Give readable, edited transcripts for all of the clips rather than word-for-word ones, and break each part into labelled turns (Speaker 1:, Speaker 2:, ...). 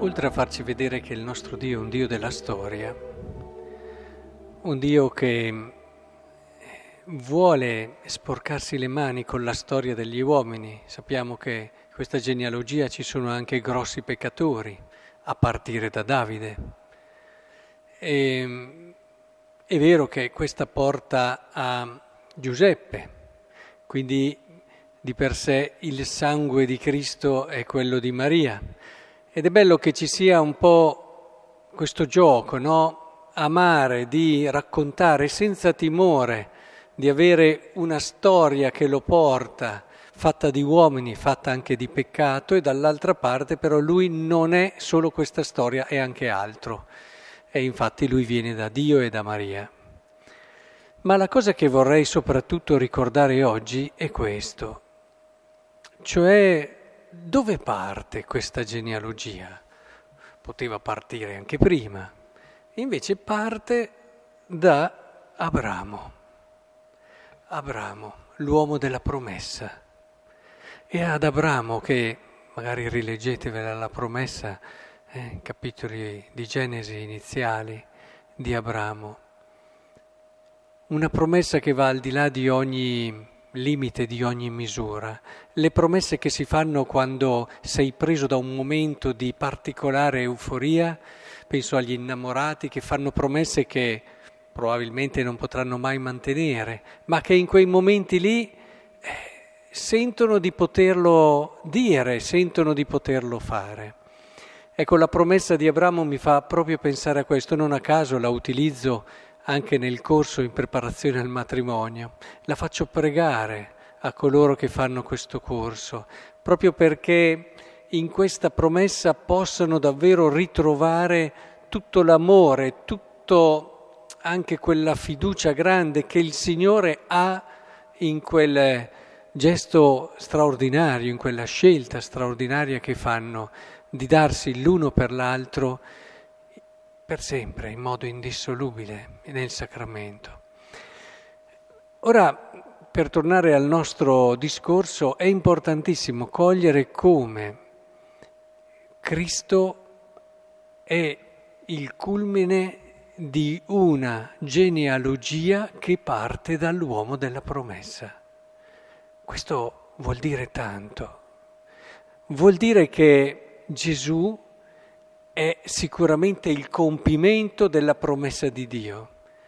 Speaker 1: Oltre a farci vedere che il nostro Dio è un Dio della storia, un Dio che vuole sporcarsi le mani con la storia degli uomini. Sappiamo che in questa genealogia ci sono anche grossi peccatori, a partire da Davide. È vero che questa porta a Giuseppe, quindi di per sé il sangue di Cristo è quello di Maria. Ed è bello che ci sia un po' questo gioco, no? Amare, di raccontare senza timore, di avere una storia che lo porta, fatta di uomini, fatta anche di peccato, e dall'altra parte però lui non è solo questa storia, è anche altro. E infatti lui viene da Dio e da Maria. Ma la cosa che vorrei soprattutto ricordare oggi è questo, cioè dove parte questa genealogia? Poteva partire anche prima, invece parte da Abramo, l'uomo della promessa. E ad Abramo, che magari rileggetevela la promessa, capitoli di Genesi iniziali di Abramo, una promessa che va al di là di ogni limite, di ogni misura. Le promesse che si fanno quando sei preso da un momento di particolare euforia, penso agli innamorati che fanno promesse che probabilmente non potranno mai mantenere, ma che in quei momenti lì sentono di poterlo dire, sentono di poterlo fare. Ecco, la promessa di Abramo mi fa proprio pensare a questo, non a caso la utilizzo anche nel corso in preparazione al matrimonio, la faccio pregare a coloro che fanno questo corso, proprio perché in questa promessa possano davvero ritrovare tutto l'amore, tutto anche quella fiducia grande che il Signore ha in quel gesto straordinario, in quella scelta straordinaria che fanno di darsi l'uno per l'altro per sempre, in modo indissolubile nel sacramento. Ora, per tornare al nostro discorso, è importantissimo cogliere come Cristo è il culmine di una genealogia che parte dall'uomo della promessa. Questo vuol dire tanto. Vuol dire che Gesù è sicuramente il compimento della promessa di Dio.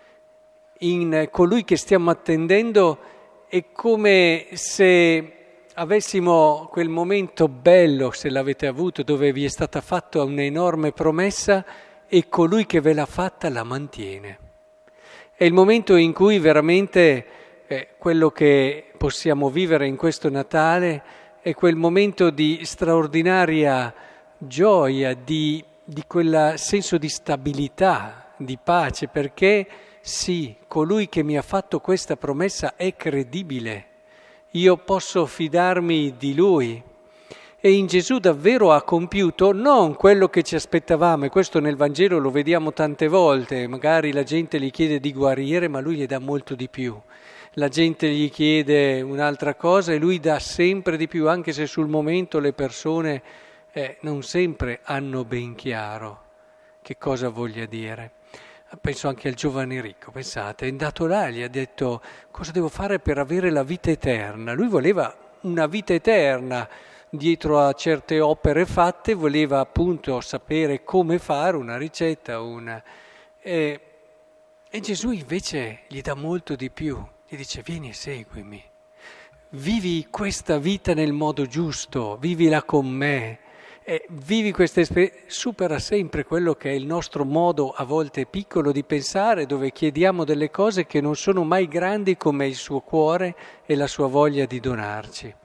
Speaker 1: In colui che stiamo attendendo è come se avessimo quel momento bello, se l'avete avuto, dove vi è stata fatta un'enorme promessa e colui che ve l'ha fatta la mantiene. È il momento in cui veramente quello che possiamo vivere in questo Natale è quel momento di straordinaria gioia, di quel senso di stabilità, di pace, perché sì, colui che mi ha fatto questa promessa è credibile, io posso fidarmi di lui. E in Gesù davvero ha compiuto non quello che ci aspettavamo, e questo nel Vangelo lo vediamo tante volte, magari la gente gli chiede di guarire, ma lui gli dà molto di più. La gente gli chiede un'altra cosa e lui dà sempre di più, anche se sul momento le persone non sempre hanno ben chiaro che cosa voglia dire. Penso anche al giovane ricco, pensate, è andato là e gli ha detto cosa devo fare per avere la vita eterna. Lui voleva una vita eterna, dietro a certe opere fatte voleva appunto sapere come fare una ricetta, e Gesù invece gli dà molto di più, gli dice vieni e seguimi, vivi questa vita nel modo giusto, vivila con me. Vivi questa esperienza, supera sempre quello che è il nostro modo a volte piccolo di pensare, dove chiediamo delle cose che non sono mai grandi come il suo cuore e la sua voglia di donarci.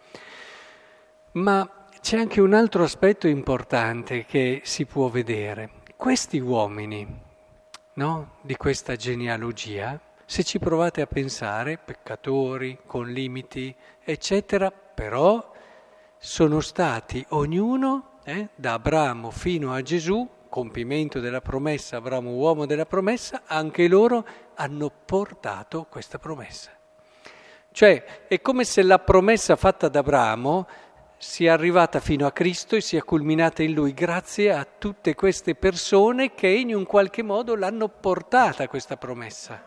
Speaker 1: Ma c'è anche un altro aspetto importante che si può vedere. Questi uomini, no, di questa genealogia, se ci provate a pensare, peccatori, con limiti, eccetera, però sono stati ognuno da Abramo fino a Gesù, compimento della promessa, Abramo uomo della promessa, anche loro hanno portato questa promessa. Cioè è come se la promessa fatta da Abramo sia arrivata fino a Cristo e sia culminata in Lui grazie a tutte queste persone che in un qualche modo l'hanno portata questa promessa.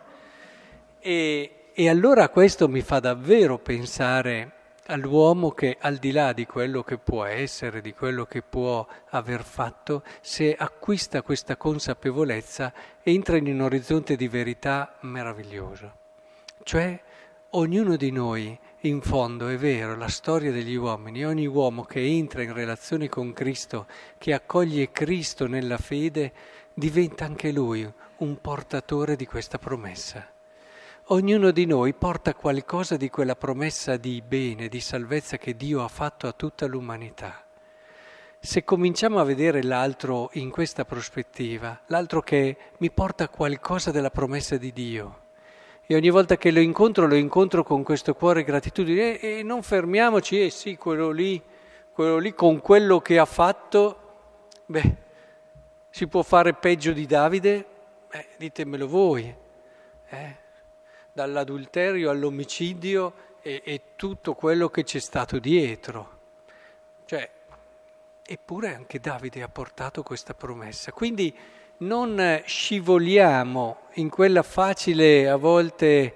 Speaker 1: E allora questo mi fa davvero pensare all'uomo che, al di là di quello che può essere, di quello che può aver fatto, se acquista questa consapevolezza, entra in un orizzonte di verità meraviglioso. Cioè, ognuno di noi, in fondo, è vero, la storia degli uomini, ogni uomo che entra in relazione con Cristo, che accoglie Cristo nella fede, diventa anche lui un portatore di questa promessa. Ognuno di noi porta qualcosa di quella promessa di bene, di salvezza che Dio ha fatto a tutta l'umanità. Se cominciamo a vedere l'altro in questa prospettiva, l'altro che mi porta qualcosa della promessa di Dio, e ogni volta che lo incontro con questo cuore gratitudine e non fermiamoci, sì, quello lì con quello che ha fatto, si può fare peggio di Davide? Ditemelo voi, dall'adulterio all'omicidio e tutto quello che c'è stato dietro. Cioè, eppure anche Davide ha portato questa promessa. Quindi non scivoliamo in quella facile, a volte,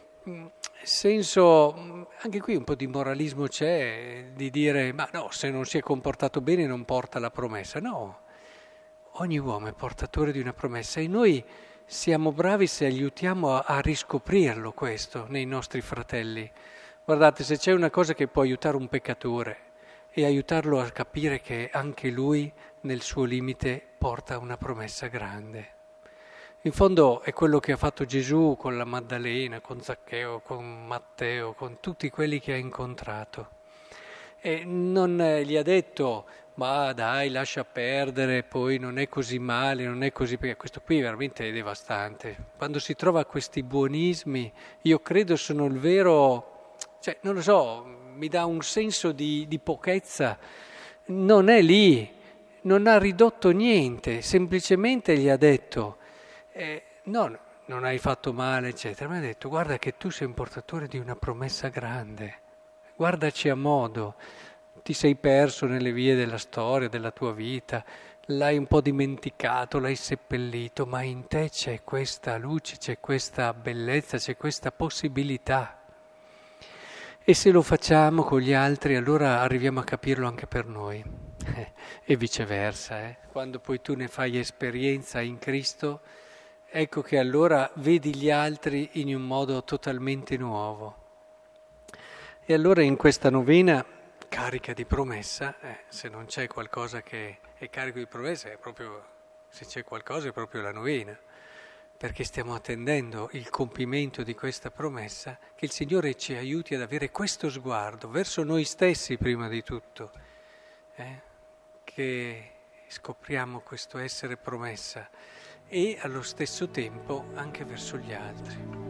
Speaker 1: senso, anche qui un po' di moralismo c'è, di dire, ma no, se non si è comportato bene non porta la promessa. No, ogni uomo è portatore di una promessa e noi siamo bravi se aiutiamo a riscoprirlo questo nei nostri fratelli. Guardate, se c'è una cosa che può aiutare un peccatore e aiutarlo a capire che anche lui nel suo limite porta una promessa grande. In fondo è quello che ha fatto Gesù con la Maddalena, con Zaccheo, con Matteo, con tutti quelli che ha incontrato. E non gli ha detto, ma dai, lascia perdere, poi non è così male, non è così... Perché questo qui veramente è devastante. Quando si trova questi buonismi, io credo sono il vero... Cioè, non lo so, mi dà un senso di pochezza. Non è lì, non ha ridotto niente, semplicemente gli ha detto, no, non hai fatto male, eccetera. Mi ha detto, guarda che tu sei un portatore di una promessa grande, guardaci a modo. Ti sei perso nelle vie della storia, della tua vita, l'hai un po' dimenticato, l'hai seppellito, ma in te c'è questa luce, c'è questa bellezza, c'è questa possibilità. E se lo facciamo con gli altri, allora arriviamo a capirlo anche per noi. E viceversa, Quando poi tu ne fai esperienza in Cristo, ecco che allora vedi gli altri in un modo totalmente nuovo. E allora in questa novena carica di promessa, se non c'è qualcosa che è carico di promessa, è proprio, se c'è qualcosa è proprio la novena, perché stiamo attendendo il compimento di questa promessa, che il Signore ci aiuti ad avere questo sguardo verso noi stessi prima di tutto, che scopriamo questo essere promessa e allo stesso tempo anche verso gli altri.